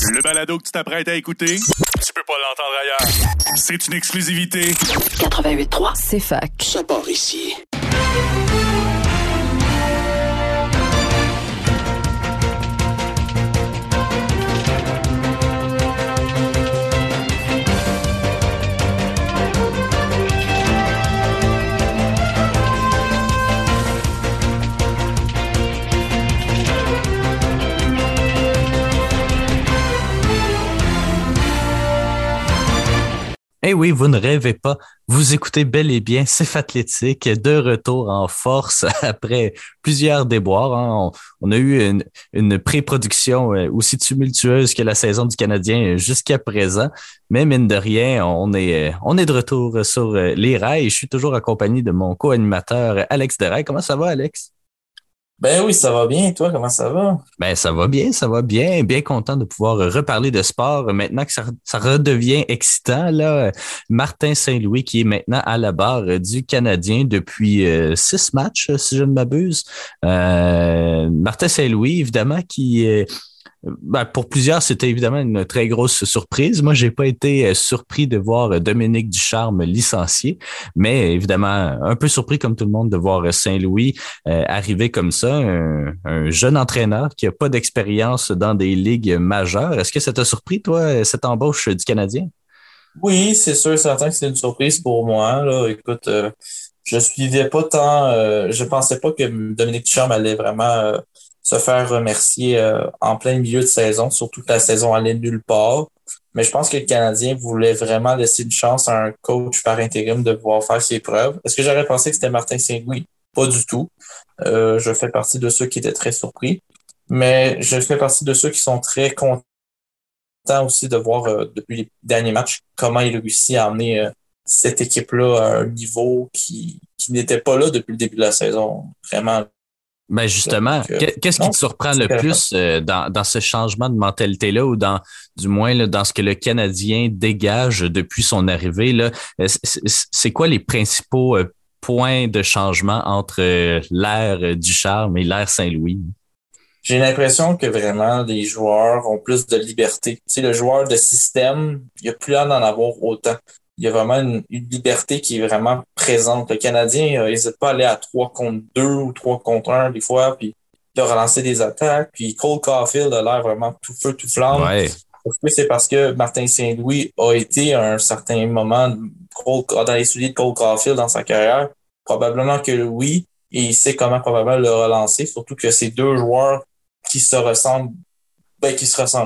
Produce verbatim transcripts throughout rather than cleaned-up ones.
Le balado que tu t'apprêtes à écouter, tu peux pas l'entendre ailleurs. C'est une exclusivité. quatre-vingt-huit trois, c'est fac. Ça part ici. Eh oui, vous ne rêvez pas. Vous écoutez bel et bien C F Athlétique, de retour en force après plusieurs déboires. Hein. On, on a eu une, une pré-production aussi tumultueuse que la saison du Canadien jusqu'à présent. Mais mine de rien, on est, on est de retour sur les rails. Je suis toujours accompagné de mon co-animateur Alex Deraille. Comment ça va, Alex? Ben oui, ça va bien. Et toi, comment ça va? Ben ça va bien, ça va bien. Bien content de pouvoir reparler de sport maintenant que ça, ça redevient excitant. Là, Martin Saint-Louis qui est maintenant à la barre du Canadien depuis euh, six matchs, si je ne m'abuse. Euh, Martin Saint-Louis, évidemment, qui euh, ben, pour plusieurs, c'était évidemment une très grosse surprise. Moi, j'ai pas été surpris de voir Dominique Ducharme licencié, mais évidemment, un peu surpris comme tout le monde de voir Saint-Louis euh, arriver comme ça, un, un jeune entraîneur qui a pas d'expérience dans des ligues majeures. Est-ce que ça t'a surpris, toi, cette embauche du Canadien? Oui, c'est sûr, certain que c'est une surprise pour moi. Là. Écoute, euh, je suivais pas tant, euh, je pensais pas que Dominique Ducharme allait vraiment euh, se faire remercier euh, en plein milieu de saison, surtout que la saison allait nulle part. Mais je pense que le Canadien voulait vraiment laisser une chance à un coach par intérim de pouvoir faire ses preuves. Est-ce que j'aurais pensé que c'était Martin Saint-Louis? Pas du tout. Euh, je fais partie de ceux qui étaient très surpris. Mais je fais partie de ceux qui sont très contents aussi de voir euh, depuis les derniers matchs comment il réussit à amener euh, cette équipe-là à un niveau qui, qui n'était pas là depuis le début de la saison. Vraiment. Ben justement, Donc, euh, qu'est-ce non, qui te surprend le plus euh, dans, dans ce changement de mentalité-là ou dans du moins là, dans ce que le Canadien dégage depuis son arrivée? Là, c'est, c'est quoi les principaux euh, points de changement entre euh, l'ère Ducharme et l'ère Saint-Louis? J'ai l'impression que vraiment les joueurs ont plus de liberté. Tu sais, le joueur de système, il n'y a plus l'air d'en avoir autant. Il y a vraiment une, une liberté qui est vraiment présente. Le Canadien n'hésite pas à aller à trois contre deux ou trois contre un des fois, puis de relancer des attaques. Puis Cole Caulfield a l'air vraiment tout feu, tout flamme. Ouais. C'est parce que Martin Saint-Louis a été à un certain moment Cole, dans les souliers de Cole Caulfield dans sa carrière. Probablement que oui, et il sait comment probablement le relancer, surtout que ces deux joueurs qui se ressemblent, ben, qui se ressemblent.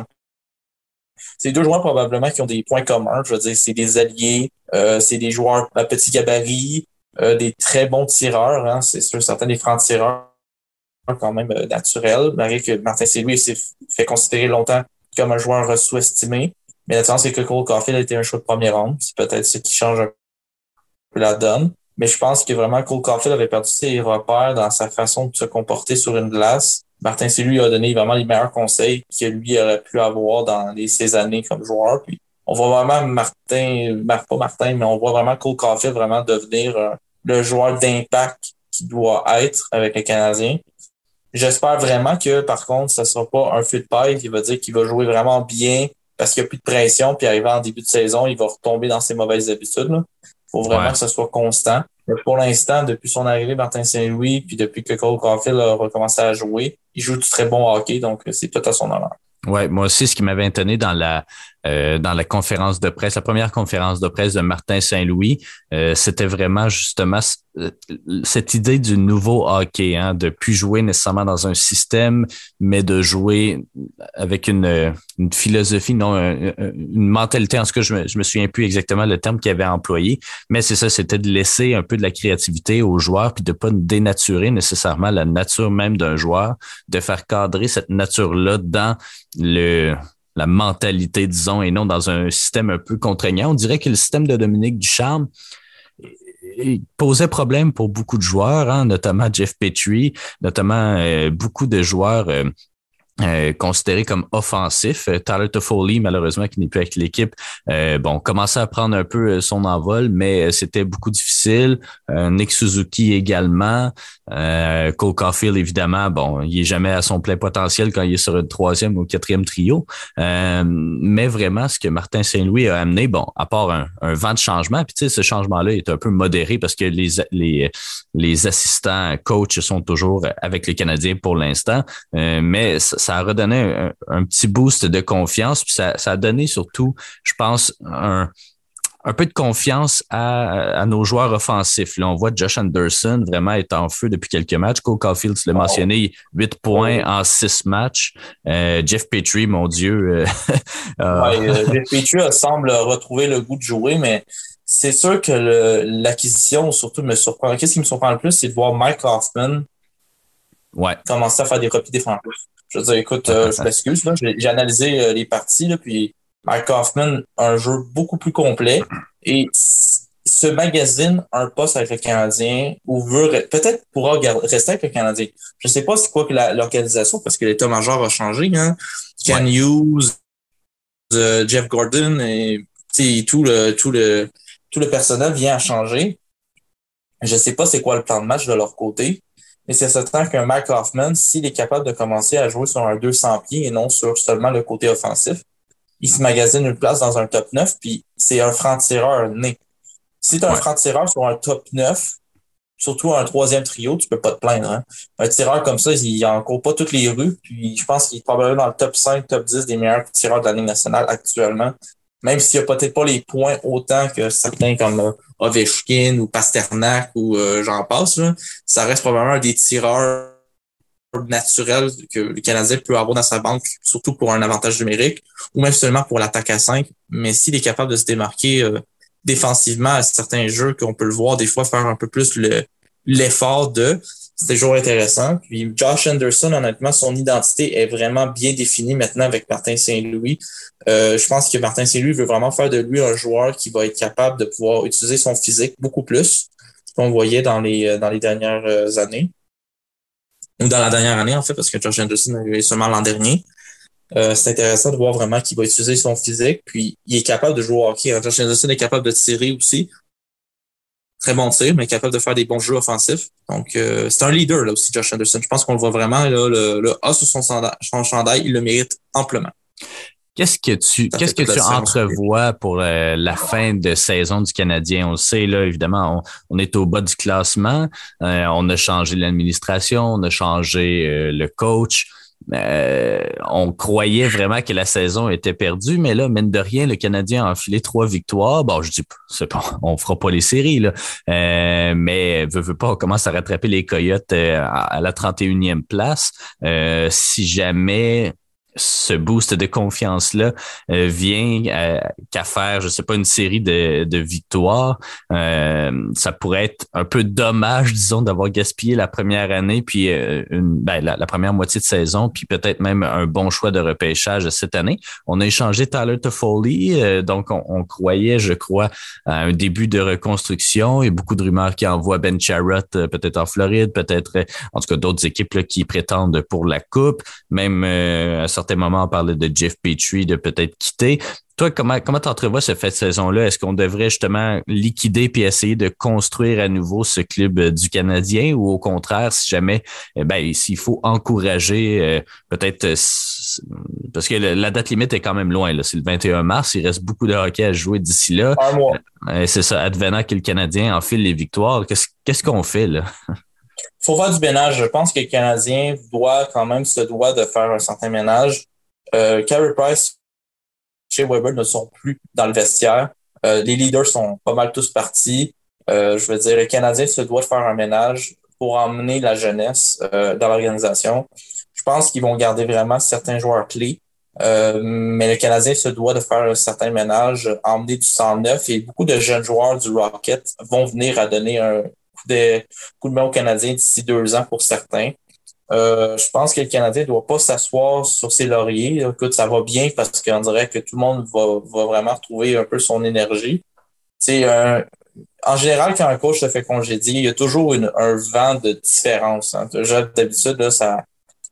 C'est deux joueurs probablement qui ont des points communs. Je veux dire, c'est des alliés, euh, c'est des joueurs à petit gabarit, euh, des très bons tireurs. Hein, c'est sûr, certains des francs tireurs quand même euh, naturels. Malgré que Martin Saint-Louis s'est fait considérer longtemps comme un joueur sous-estimé. Mais la différence, c'est que Cole Caulfield a été un choix de première ronde. C'est peut-être ce qui change un peu la donne. Mais je pense que vraiment Cole Caulfield avait perdu ses repères dans sa façon de se comporter sur une glace. Martin Saint-Louis a donné vraiment les meilleurs conseils que lui aurait pu avoir dans les, ses années comme joueur. Puis on voit vraiment Martin, pas Martin, mais on voit vraiment Cole Caulfield vraiment devenir euh, le joueur d'impact qu'il doit être avec les Canadiens. J'espère vraiment que, par contre, ça sera pas un feu de paille qui va dire qu'il va jouer vraiment bien parce qu'il n'y a plus de pression, puis arrivé en début de saison, il va retomber dans ses mauvaises habitudes. Il faut vraiment ouais. que ce soit constant. Mais pour l'instant, depuis son arrivée, Martin Saint-Louis, puis depuis que Cole Caulfield a recommencé à jouer, il joue du très bon hockey, donc c'est tout à son honneur. Ouais, moi aussi, ce qui m'avait étonné dans la euh, dans la conférence de presse, la première conférence de presse de Martin Saint-Louis, euh, c'était vraiment justement euh, cette idée du nouveau hockey, hein, de plus jouer nécessairement dans un système, mais de jouer avec une une philosophie, non, une, une mentalité. En tout cas, je me je me souviens plus exactement le terme qu'il avait employé, mais c'est ça, c'était de laisser un peu de la créativité aux joueurs, puis de pas dénaturer nécessairement la nature même d'un joueur, de faire cadrer cette nature-là dans le la mentalité, disons, et non dans un système un peu contraignant. On dirait que le système de Dominique Ducharme posait problème pour beaucoup de joueurs, hein, notamment Jeff Petrie, notamment euh, beaucoup de joueurs euh, Euh, considéré comme offensif. Euh, Tyler Toffoli, malheureusement, qui n'est plus avec l'équipe, euh, bon, commençait à prendre un peu son envol, mais c'était beaucoup difficile. Euh, Nick Suzuki également. Euh, Cole Caulfield, évidemment, bon, il est jamais à son plein potentiel quand il est sur un troisième ou quatrième trio. Euh, mais vraiment, ce que Martin Saint-Louis a amené, bon, à part un, un vent de changement, puis tu sais, ce changement-là est un peu modéré parce que les, les, les assistants coachs sont toujours avec les Canadiens pour l'instant, euh, mais ça, ça a redonné un, un petit boost de confiance, puis ça, ça a donné surtout, je pense, un, un peu de confiance à, à nos joueurs offensifs. Là, on voit Josh Anderson vraiment être en feu depuis quelques matchs. Cole Caulfield, tu l'as mentionné, huit points en six matchs. Euh, Jeff Petrie, mon Dieu. euh, ouais, euh, Jeff Petrie semble retrouver le goût de jouer, mais c'est sûr que le, l'acquisition, surtout, me surprend. Qu'est-ce qui me surprend le plus, c'est de voir Mike Hoffman ouais. commencer à faire des replis défensifs. Je veux dire, écoute, euh, je m'excuse, là, j'ai, j'ai analysé euh, les parties, là, puis Mike Hoffman a un jeu beaucoup plus complet et se magazine un poste avec le Canadien ou veut peut-être pourra garder, rester avec le Canadien. Je sais pas c'est quoi que la, l'organisation parce que l'état-major a changé. Hein. Ken ouais. Hughes, euh, Jeff Gordon et tout le tout le tout le personnel vient à changer. Je sais pas c'est quoi le plan de match de leur côté. Mais c'est certain qu'un Mike Hoffman, s'il est capable de commencer à jouer sur un deux cents pieds et non sur seulement le côté offensif, il se magasine une place dans un top neuf, puis c'est un franc-tireur né. Si tu as ouais. un franc-tireur sur un top neuf, surtout un troisième trio, tu peux pas te plaindre. Hein? Un tireur comme ça, il n'encourt pas toutes les rues, puis je pense qu'il est probablement dans le top cinq, top dix des meilleurs tireurs de la Ligue nationale actuellement. Même s'il n'y a peut-être pas les points autant que certains comme euh, Ovechkin ou Pasternak ou euh, j'en passe, là, ça reste probablement un des tireurs naturels que le Canadien peut avoir dans sa banque, surtout pour un avantage numérique ou même seulement pour l'attaque à cinq. Mais s'il est capable de se démarquer euh, défensivement à certains jeux qu'on peut le voir des fois faire un peu plus le l'effort de, c'est toujours intéressant. Puis Josh Anderson, honnêtement, son identité est vraiment bien définie maintenant avec Martin Saint-Louis. Euh, je pense que Martin Saint-Louis veut vraiment faire de lui un joueur qui va être capable de pouvoir utiliser son physique beaucoup plus qu'on voyait dans les dans les dernières années. Ou dans la dernière année, en fait, parce que Josh Anderson a eu seulement l'an dernier. Euh, c'est intéressant de voir vraiment qu'il va utiliser son physique, puis il est capable de jouer au hockey. Josh Anderson est capable de tirer aussi. Très bon tir, mais capable de faire des bons jeux offensifs. Donc, euh, c'est un leader, là aussi, Josh Anderson. Je pense qu'on le voit vraiment, là, le, le A sur son, sanda- son chandail, il le mérite amplement. Qu'est-ce que tu, qu'est-ce que tu entrevois pour euh, la fin de saison du Canadien? On le sait, là, évidemment, on, on est au bas du classement. Euh, on a changé l'administration, on a changé euh, le coach. Euh, on croyait vraiment que la saison était perdue, mais là, mine de rien, le Canadien a enfilé trois victoires. Bon, je dis, c'est pas, on fera pas les séries, là. Euh, mais veut, veut pas, on commence à rattraper les Coyotes euh, à la trente et unième place. Euh, si jamais ce boost de confiance-là euh, vient euh, qu'à faire, je sais pas, une série de, de victoires. Euh, ça pourrait être un peu dommage, disons, d'avoir gaspillé la première année, puis euh, une, ben, la, la première moitié de saison, puis peut-être même un bon choix de repêchage cette année. On a échangé Tyler Toffoli, euh, donc on, on croyait, je crois, à un début de reconstruction. Il y a beaucoup de rumeurs qui envoient Ben Charrot euh, peut-être en Floride, peut-être, euh, en tout cas, d'autres équipes là, qui prétendent pour la Coupe. Même euh, à certains moments, on parlait de Jeff Petrie de peut-être quitter. Toi, comment comment t'entrevois ce fait de saison-là? Est-ce qu'on devrait justement liquider puis essayer de construire à nouveau ce club du Canadien ou au contraire, si jamais, ben s'il faut encourager euh, peut-être euh, parce que le, la date limite est quand même loin, là. C'est le vingt et un mars. Il reste beaucoup de hockey à jouer d'ici là. Un mois. Euh, c'est ça, advenant que le Canadien enfile les victoires. Qu'est-ce, qu'est-ce qu'on fait là? Faut faire du ménage. Je pense que le Canadien doit quand même se doit de faire un certain ménage. Euh, Carey Price, chez Weber ne sont plus dans le vestiaire. Euh, les leaders sont pas mal tous partis. Euh, je veux dire, le Canadien se doit de faire un ménage pour emmener la jeunesse euh, dans l'organisation. Je pense qu'ils vont garder vraiment certains joueurs clés. Euh, mais le Canadien se doit de faire un certain ménage, emmener du sang neuf et beaucoup de jeunes joueurs du Rocket vont venir à donner un coup de, coup de main au Canadien d'ici deux ans pour certains. Euh, je pense que le Canadien ne doit pas s'asseoir sur ses lauriers. Écoute, ça va bien parce qu'on dirait que tout le monde va, va vraiment retrouver un peu son énergie. Tu sais, euh, en général, quand un coach se fait congédier, il y a toujours une, un vent de différence. Hein. Déjà, d'habitude, là, ça,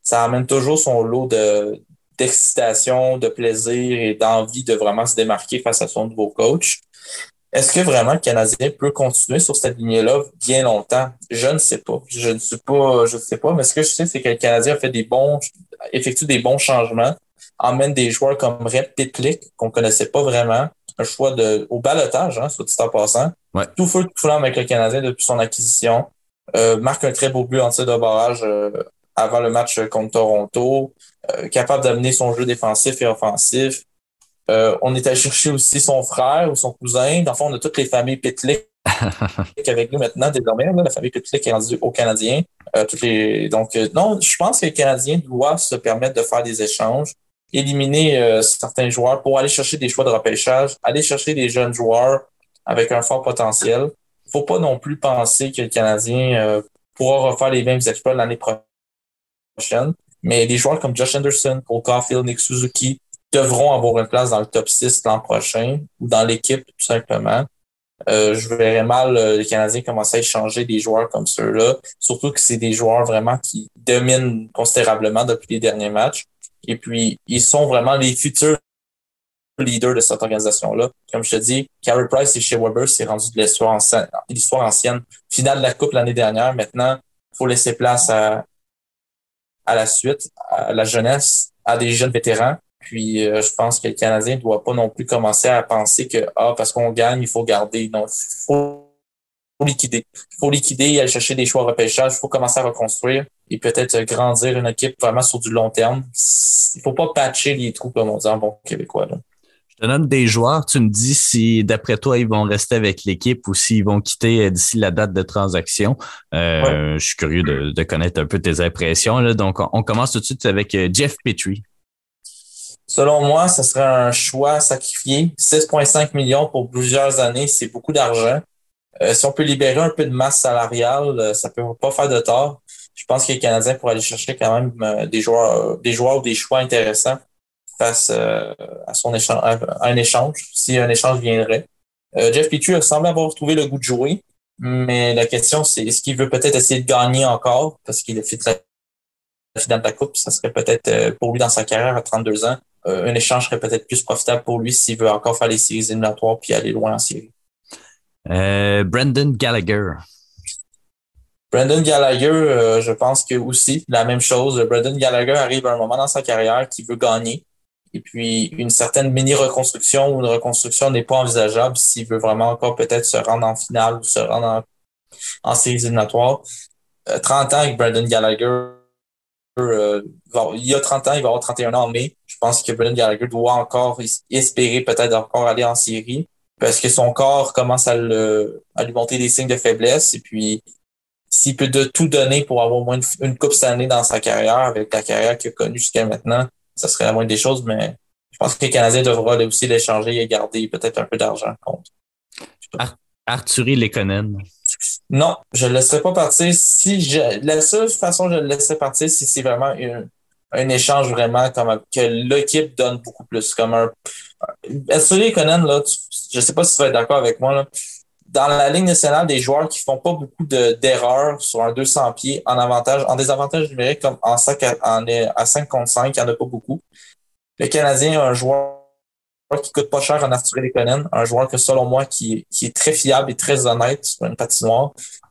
ça amène toujours son lot de, d'excitation, de plaisir et d'envie de vraiment se démarquer face à son nouveau coach. Est-ce que vraiment le Canadien peut continuer sur cette lignée-là bien longtemps? Je ne sais pas. Je ne suis pas, je ne sais pas, mais ce que je sais, c'est que le Canadien a fait des bons, effectue des bons changements, emmène des joueurs comme Rhett Pitlick, qu'on connaissait pas vraiment, un choix de, au balotage, hein, soit dit en passant. Ouais. Tout feu, tout flamme avec le Canadien depuis son acquisition. Euh, marque un très beau but en tir de barrage, euh, avant le match contre Toronto. Euh, capable d'amener son jeu défensif et offensif. Euh, on est allé chercher aussi son frère ou son cousin. Dans le fond, on a toutes les familles Pitlick avec nous maintenant, désormais. Là, la famille Pitlick est rendue au Canadien. Euh, toutes les... Donc, euh, non, je pense que les Canadiens doivent se permettre de faire des échanges, éliminer euh, certains joueurs pour aller chercher des choix de repêchage, aller chercher des jeunes joueurs avec un fort potentiel. Faut pas non plus penser que le Canadien euh, pourra refaire les mêmes exploits l'année prochaine. Mais des joueurs comme Josh Anderson, Cole Caulfield, Nick Suzuki devront avoir une place dans le top six l'an prochain ou dans l'équipe, tout simplement. Euh, je verrais mal euh, les Canadiens commencer à échanger des joueurs comme ceux-là, surtout que c'est des joueurs vraiment qui dominent considérablement depuis les derniers matchs. Et puis, ils sont vraiment les futurs leaders de cette organisation-là. Comme je te dis, Carey Price et Shea Weber, c'est rendu de l'histoire ancienne, l'histoire ancienne. Finale de la Coupe l'année dernière. Maintenant, il faut laisser place à, à la suite, à la jeunesse, à des jeunes vétérans. Puis, euh, je pense que le Canadien ne doit pas non plus commencer à penser que, ah, parce qu'on gagne, il faut garder. Non, il faut liquider. Il faut liquider et aller chercher des choix repêchage. Il faut commencer à reconstruire et peut-être grandir une équipe vraiment sur du long terme. Il faut pas patcher les trous, comme on dit en bon québécois, là. Je te donne des joueurs. Tu me dis si, d'après toi, ils vont rester avec l'équipe ou s'ils vont quitter d'ici la date de transaction. Euh, ouais. Je suis curieux de, de connaître un peu tes impressions, là. Donc, on, on commence tout de suite avec Jeff Petrie. Selon moi, ce serait un choix sacrifié. six virgule cinq millions pour plusieurs années, c'est beaucoup d'argent. Euh, si on peut libérer un peu de masse salariale, ça peut pas faire de tort. Je pense que les Canadiens pourraient aller chercher quand même euh, des joueurs, des joueurs ou des choix intéressants face euh, à son échange, à un échange, si un échange viendrait. Euh, Jeff Petrie semble avoir trouvé le goût de jouer, mais la question, c'est est-ce qu'il veut peut-être essayer de gagner encore parce qu'il a fait la finale de la Coupe, ça serait peut-être euh, pour lui dans sa carrière à trente-deux ans. Euh, un échange serait peut-être plus profitable pour lui s'il veut encore faire les séries éliminatoires puis aller loin en série. Euh, Brendan Gallagher. Brendan Gallagher, euh, je pense que aussi la même chose. Brendan Gallagher arrive à un moment dans sa carrière qui veut gagner. Et puis, une certaine mini-reconstruction ou une reconstruction n'est pas envisageable s'il veut vraiment encore peut-être se rendre en finale ou se rendre en, en séries éliminatoires. Euh, trente ans avec Brendan Gallagher, euh, il y a trente ans, il va avoir trente et un ans en mai. Je pense que Brendan Gallagher doit encore espérer peut-être encore aller en série parce que son corps commence à, le, à lui montrer des signes de faiblesse. Et puis, s'il peut de tout donner pour avoir au moins une, une coupe cette année dans sa carrière, avec la carrière qu'il a connue jusqu'à maintenant, ça serait la moindre des choses, mais je pense que les Canadiens devront aussi l'échanger et garder peut-être un peu d'argent contre. Ar- Artturi Lekonen. Non, je le laisserai pas partir. Si je, la seule façon que je le laisserai partir, si c'est vraiment une, un échange vraiment comme que l'équipe donne beaucoup plus. Comme un. Artturi Lekonen, là, tu, je sais pas si tu vas être d'accord avec moi, là. Dans la Ligue nationale, des joueurs qui font pas beaucoup de, d'erreurs sur un deux cents pieds en avantage, en désavantage numérique, comme en cinq à, en, à cinq contre cinq, il n'y en a pas beaucoup. Le Canadien a un joueur qui coûte pas cher en Artturi Lekonen, un joueur que, selon moi, qui, qui est très fiable et très honnête sur une patinoire.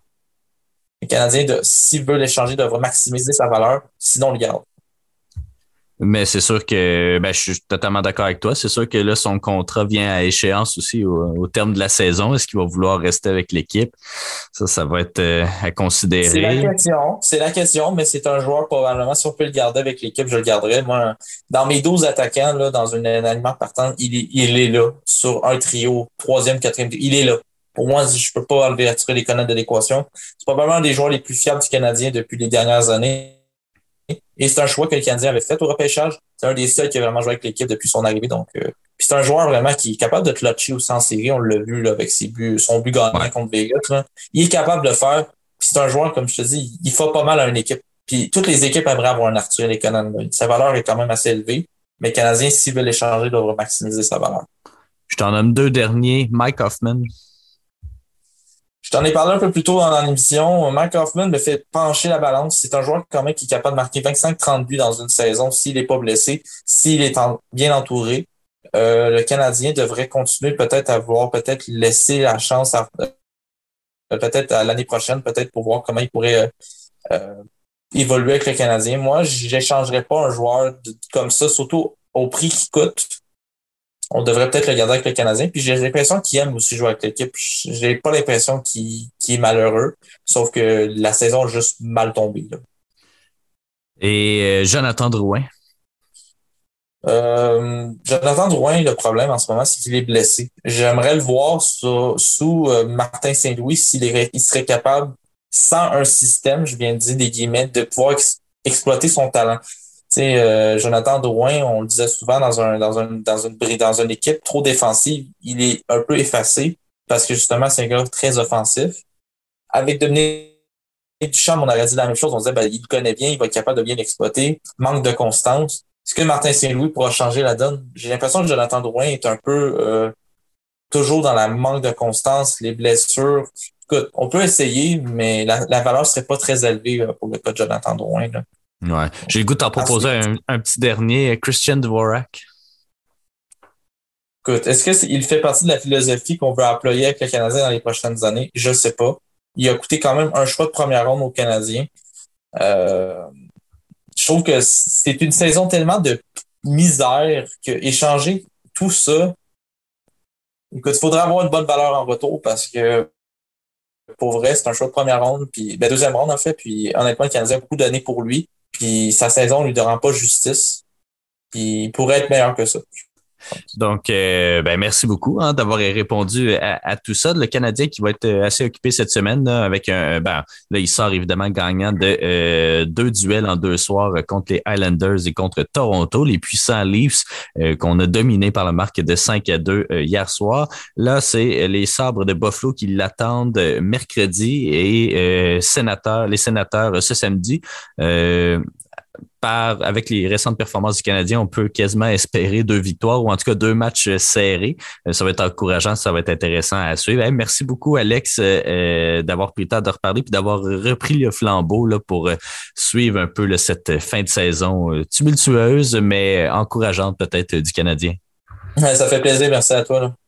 Le Canadien, de, s'il veut l'échanger, devrait maximiser sa valeur, sinon on le garde. Mais c'est sûr que ben, je suis totalement d'accord avec toi. C'est sûr que là, son contrat vient à échéance aussi au, au terme de la saison. Est-ce qu'il va vouloir rester avec l'équipe? Ça, ça va être euh, à considérer. C'est la question. C'est la question, mais c'est un joueur, probablement, si on peut le garder avec l'équipe, je le garderai. Moi, dans mes douze attaquants, là, dans un alignement partant, il est, il est là. Sur un trio, troisième, quatrième, il est là. Pour moi, je peux pas enlever Artturi Lekonen de l'équation. C'est probablement un des joueurs les plus fiables du Canadien depuis les dernières années. Et c'est un choix que le Canadien avait fait au repêchage. C'est un des seuls qui a vraiment joué avec l'équipe depuis son arrivée. Donc, euh, puis c'est un joueur vraiment qui est capable de clutcher aussi en série. On l'a vu là, avec ses buts, son but gagnant ouais. contre Vegas. Là. Il est capable de le faire. Puis c'est un joueur, comme je te dis, il fait pas mal à une équipe. Puis toutes les équipes aimeraient avoir un Artturi Lekonen. Sa valeur est quand même assez élevée. Mais le Canadien, s'il veut l'échanger, devrait maximiser sa valeur. Je t'en nomme deux derniers. Mike Hoffman. Je J'en ai parlé un peu plus tôt dans l'émission. Mike Hoffman me fait pencher la balance. C'est un joueur quand même qui est capable de marquer vingt-cinq trente buts dans une saison s'il n'est pas blessé, s'il est en, bien entouré. Euh, le Canadien devrait continuer peut-être à vouloir peut-être laisser la chance à, euh, peut-être à l'année prochaine, peut-être pour voir comment il pourrait euh, euh, évoluer avec le Canadien. Moi, j'échangerais pas un joueur de, comme ça, surtout au prix qu'il coûte. On devrait peut-être le garder avec le Canadien. Puis j'ai l'impression qu'il aime aussi jouer avec l'équipe. J'ai pas l'impression qu'il, qu'il est malheureux, sauf que la saison a juste mal tombé, là. Et euh, Jonathan Drouin? Euh, Jonathan Drouin, le problème en ce moment, c'est qu'il est blessé. J'aimerais le voir sous, sous euh, Martin Saint-Louis s'il est, il serait capable, sans un système, je viens de dire des guillemets, de pouvoir ex- exploiter son talent. Tu sais, euh, Jonathan Drouin, on le disait souvent dans un dans un dans une dans une équipe trop défensive, il est un peu effacé parce que justement c'est un gars très offensif. Avec Dominique Ducharme, on aurait dit la même chose. On disait ben il le connaît bien, il va être capable de bien l'exploiter. Manque de constance. Est-ce que Martin Saint-Louis pourra changer la donne? J'ai l'impression que Jonathan Drouin est un peu euh, toujours dans la manque de constance, les blessures. Écoute, on peut essayer, mais la, la valeur serait pas très élevée là, pour le cas de Jonathan Drouin, là. Ouais. J'ai le goût de t'en proposer un, un petit dernier, Christian Dvorak. Écoute, est-ce que c'est, il fait partie de la philosophie qu'on veut employer avec le Canadien dans les prochaines années? Je sais pas. Il a coûté quand même un choix de première ronde aux Canadiens. Euh, je trouve que c'est une saison tellement de misère que échanger tout ça, écoute, il faudrait avoir une bonne valeur en retour parce que pour vrai, c'est un choix de première ronde, puis ben, deuxième ronde en fait, puis honnêtement, le Canadien a beaucoup donné pour lui, puis sa saison ne lui rend pas justice, puis il pourrait être meilleur que ça. Donc, euh, ben merci beaucoup hein, d'avoir répondu à, à tout ça. Le Canadien qui va être assez occupé cette semaine là, avec un, ben là il sort évidemment gagnant de euh, deux duels en deux soirs contre les Islanders et contre Toronto, les puissants Leafs euh, qu'on a dominés par la marque de cinq à deux euh, hier soir. Là, c'est les Sabres de Buffalo qui l'attendent mercredi et euh, sénateurs, les Sénateurs ce samedi. Euh, Par, avec les récentes performances du Canadien, on peut quasiment espérer deux victoires ou en tout cas deux matchs serrés. Ça va être encourageant, ça va être intéressant à suivre. Hey, merci beaucoup, Alex, euh, d'avoir pris le temps de reparler puis d'avoir repris le flambeau là, pour euh, suivre un peu là, cette fin de saison euh, tumultueuse, mais encourageante peut-être euh, du Canadien. Ça fait plaisir. Merci à toi, là.